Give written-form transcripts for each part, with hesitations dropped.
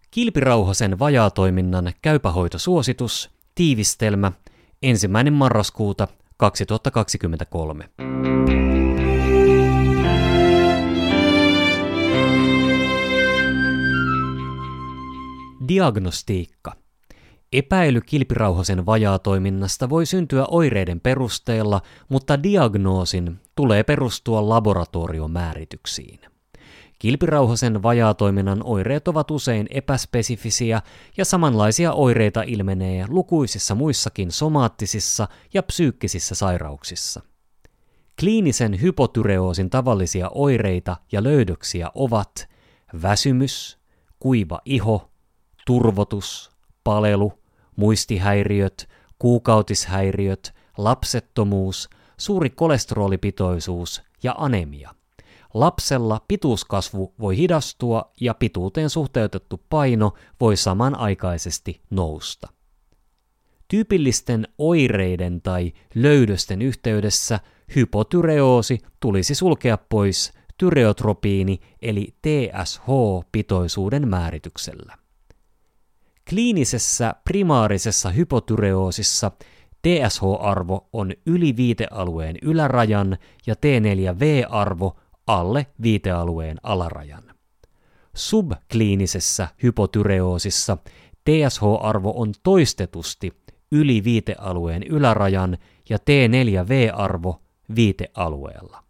Kilpirauhasen vajaatoiminnan käypähoitosuositus, tiivistelmä, 1. marraskuuta 2023. Diagnostiikka. Epäily kilpirauhasen vajaatoiminnasta voi syntyä oireiden perusteella, mutta diagnoosin tulee perustua laboratoriomäärityksiin. Kilpirauhasen vajaatoiminnan oireet ovat usein epäspesifisiä ja samanlaisia oireita ilmenee lukuisissa muissakin somaattisissa ja psyykkisissä sairauksissa. Kliinisen hypotyreoosin tavallisia oireita ja löydöksiä ovat väsymys, kuiva iho, turvotus, palelu, muistihäiriöt, kuukautishäiriöt, lapsettomuus, suuri kolesterolipitoisuus ja anemia. Lapsella pituuskasvu voi hidastua ja pituuteen suhteutettu paino voi samanaikaisesti nousta. Tyypillisten oireiden tai löydösten yhteydessä hypotyreoosi tulisi sulkea pois tyreotropiini eli TSH-pitoisuuden määrityksellä. Kliinisessä primaarisessa hypotyreoosissa TSH-arvo on yli viitealueen ylärajan ja T4V-arvo alle viitealueen alarajan. Subkliinisessä hypotyreoosissa TSH-arvo on toistetusti yli viitealueen ylärajan ja T4V-arvo viitealueella.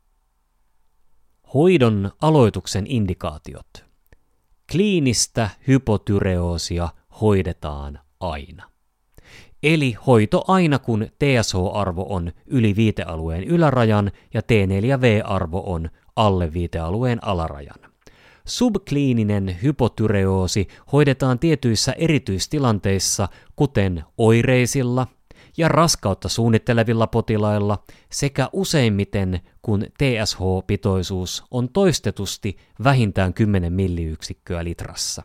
Hoidon aloituksen indikaatiot. Kliinistä hypotyreoosia hoidetaan aina. Eli hoito aina kun TSH-arvo on yli viitealueen ylärajan ja T4V-arvo on alle viitealueen alarajan. Subkliininen hypotyreoosi hoidetaan tietyissä erityistilanteissa, kuten oireisilla ja raskautta suunnittelevilla potilailla sekä useimmiten, kun TSH-pitoisuus on toistetusti vähintään 10 milliyksikköä litrassa.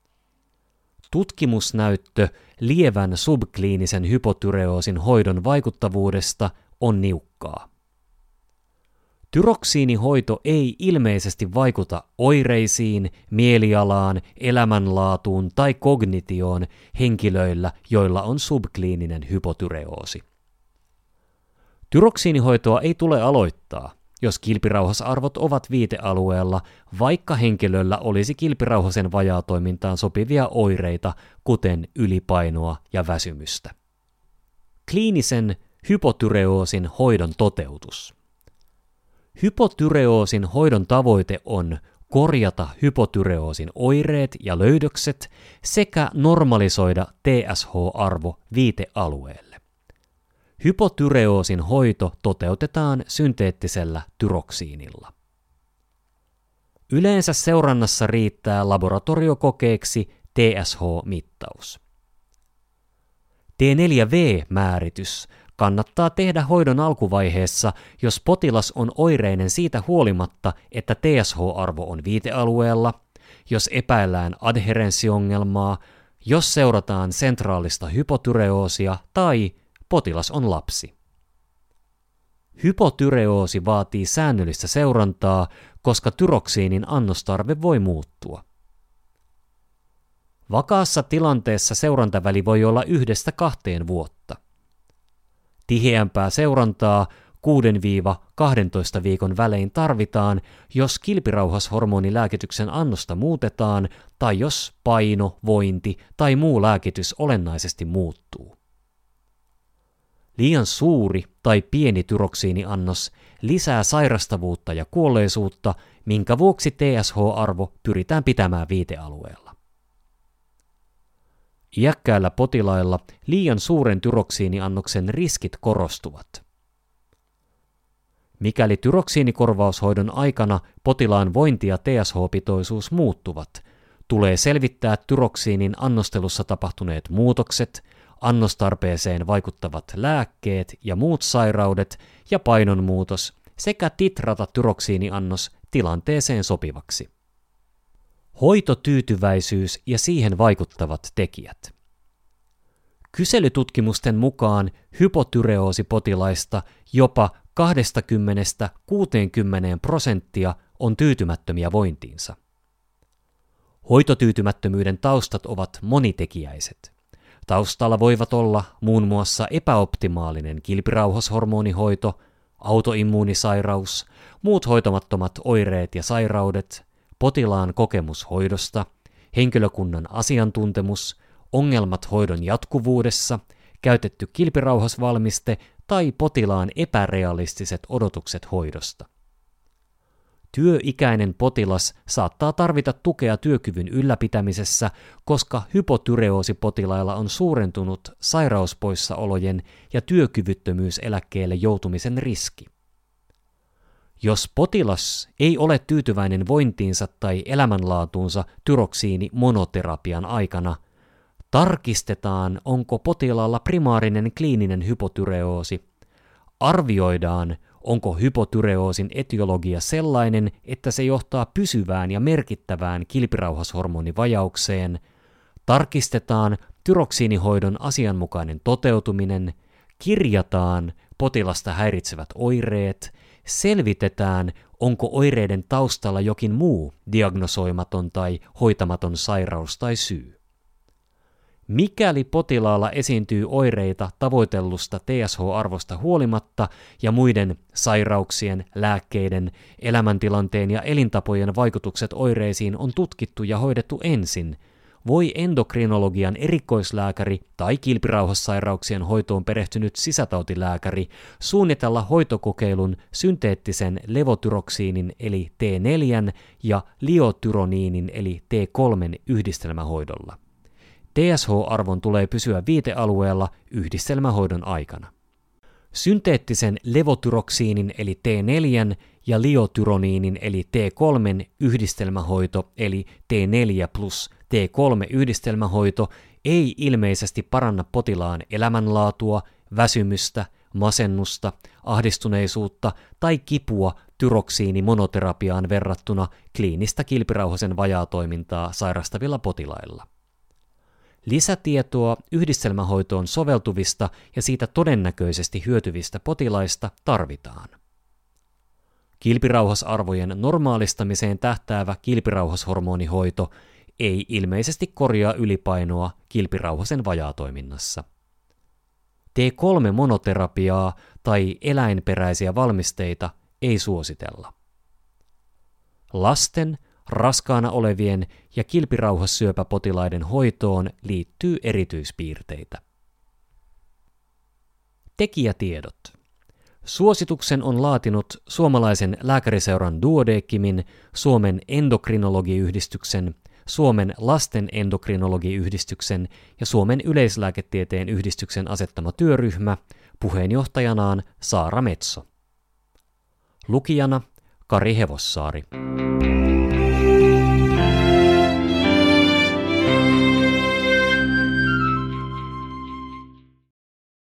Tutkimusnäyttö lievän subkliinisen hypotyreoosin hoidon vaikuttavuudesta on niukkaa. Tyroksiinihoito ei ilmeisesti vaikuta oireisiin, mielialaan, elämänlaatuun tai kognitioon henkilöillä, joilla on subkliininen hypotyreoosi. Tyroksiinihoitoa ei tule aloittaa, jos kilpirauhasarvot ovat viitealueella, vaikka henkilöllä olisi kilpirauhasen vajaatoimintaan sopivia oireita, kuten ylipainoa ja väsymystä. Kliinisen hypotyreoosin hoidon toteutus. Hypotyreoosin hoidon tavoite on korjata hypotyreoosin oireet ja löydökset sekä normalisoida TSH-arvo viitealueelle. Hypotyreoosin hoito toteutetaan synteettisellä tyroksiinilla. Yleensä seurannassa riittää laboratoriokokeeksi TSH-mittaus. T4V-määritys kannattaa tehdä hoidon alkuvaiheessa, jos potilas on oireinen siitä huolimatta, että TSH-arvo on viitealueella, jos epäillään adherenssiongelmaa, jos seurataan sentraalista hypotyreoosia tai potilas on lapsi. Hypotyreoosi vaatii säännöllistä seurantaa, koska tyroksiinin annostarve voi muuttua. Vakaassa tilanteessa seurantaväli voi olla 1–2 vuotta. Tiheämpää seurantaa 6–12 viikon välein tarvitaan, jos kilpirauhashormonilääkityksen annosta muutetaan tai jos paino, vointi tai muu lääkitys olennaisesti muuttuu. Liian suuri tai pieni tyroksiiniannos lisää sairastavuutta ja kuolleisuutta, minkä vuoksi TSH-arvo pyritään pitämään viitealueella. Iäkkäillä potilailla liian suuren tyroksiiniannoksen riskit korostuvat. Mikäli tyroksiinikorvaushoidon aikana potilaan vointi ja TSH-pitoisuus muuttuvat, tulee selvittää tyroksiinin annostelussa tapahtuneet muutokset, annostarpeeseen vaikuttavat lääkkeet ja muut sairaudet ja painonmuutos sekä titrata tyroksiiniannos tilanteeseen sopivaksi. Hoitotyytyväisyys ja siihen vaikuttavat tekijät. Kyselytutkimusten mukaan hypotyreoosipotilaista jopa 20–60% on tyytymättömiä vointiinsa. Hoitotyytymättömyyden taustat ovat monitekijäiset. Taustalla voivat olla muun muassa epäoptimaalinen kilpirauhashormonihoito, autoimmuunisairaus, muut hoitamattomat oireet ja sairaudet, potilaan kokemus hoidosta, henkilökunnan asiantuntemus, ongelmat hoidon jatkuvuudessa, käytetty kilpirauhasvalmiste tai potilaan epärealistiset odotukset hoidosta. Työikäinen potilas saattaa tarvita tukea työkyvyn ylläpitämisessä, koska hypotyreoosipotilailla on suurentunut sairauspoissaolojen ja työkyvyttömyyseläkkeelle joutumisen riski. Jos potilas ei ole tyytyväinen vointiinsa tai elämänlaatuunsa tyroksiinimonoterapian aikana, tarkistetaan, onko potilaalla primaarinen kliininen hypotyreoosi, arvioidaan, onko hypotyreoosin etiologia sellainen, että se johtaa pysyvään ja merkittävään kilpirauhashormonivajaukseen, tarkistetaan tyroksiinihoidon asianmukainen toteutuminen, kirjataan potilasta häiritsevät oireet, selvitetään, onko oireiden taustalla jokin muu diagnosoimaton tai hoitamaton sairaus tai syy. Mikäli potilaalla esiintyy oireita tavoitellusta TSH-arvosta huolimatta ja muiden sairauksien, lääkkeiden, elämäntilanteen ja elintapojen vaikutukset oireisiin on tutkittu ja hoidettu ensin, voi endokrinologian erikoislääkäri tai kilpirauhassairauksien hoitoon perehtynyt sisätautilääkäri suunnitella hoitokokeilun synteettisen levotyroksiinin eli T4 ja liotyroniinin eli T3 yhdistelmähoidolla. TSH-arvon tulee pysyä viitealueella yhdistelmähoidon aikana. Synteettisen levotyroksiinin eli T4 ja liotyroniinin eli T3 yhdistelmähoito eli T4 plus T3 yhdistelmähoito ei ilmeisesti paranna potilaan elämänlaatua, väsymystä, masennusta, ahdistuneisuutta tai kipua tyroksiinimonoterapiaan verrattuna kliinistä kilpirauhasen vajaatoimintaa sairastavilla potilailla. Lisätietoa yhdistelmähoitoon soveltuvista ja siitä todennäköisesti hyötyvistä potilaista tarvitaan. Kilpirauhasarvojen normaalistamiseen tähtäävä kilpirauhashormonihoito ei ilmeisesti korjaa ylipainoa kilpirauhasen vajaatoiminnassa. T3-monoterapiaa tai eläinperäisiä valmisteita ei suositella. Lasten, raskaana olevien ja kilpirauhassyöpäpotilaiden hoitoon liittyy erityispiirteitä. Tekijätiedot. Suosituksen on laatinut Suomalaisen lääkäriseuran Duodecimin, Suomen endokrinologiyhdistyksen, Suomen lasten endokrinologiyhdistyksen ja Suomen yleislääketieteen yhdistyksen asettama työryhmä, puheenjohtajanaan Saara Metso. Lukijana Kari Hevossaari.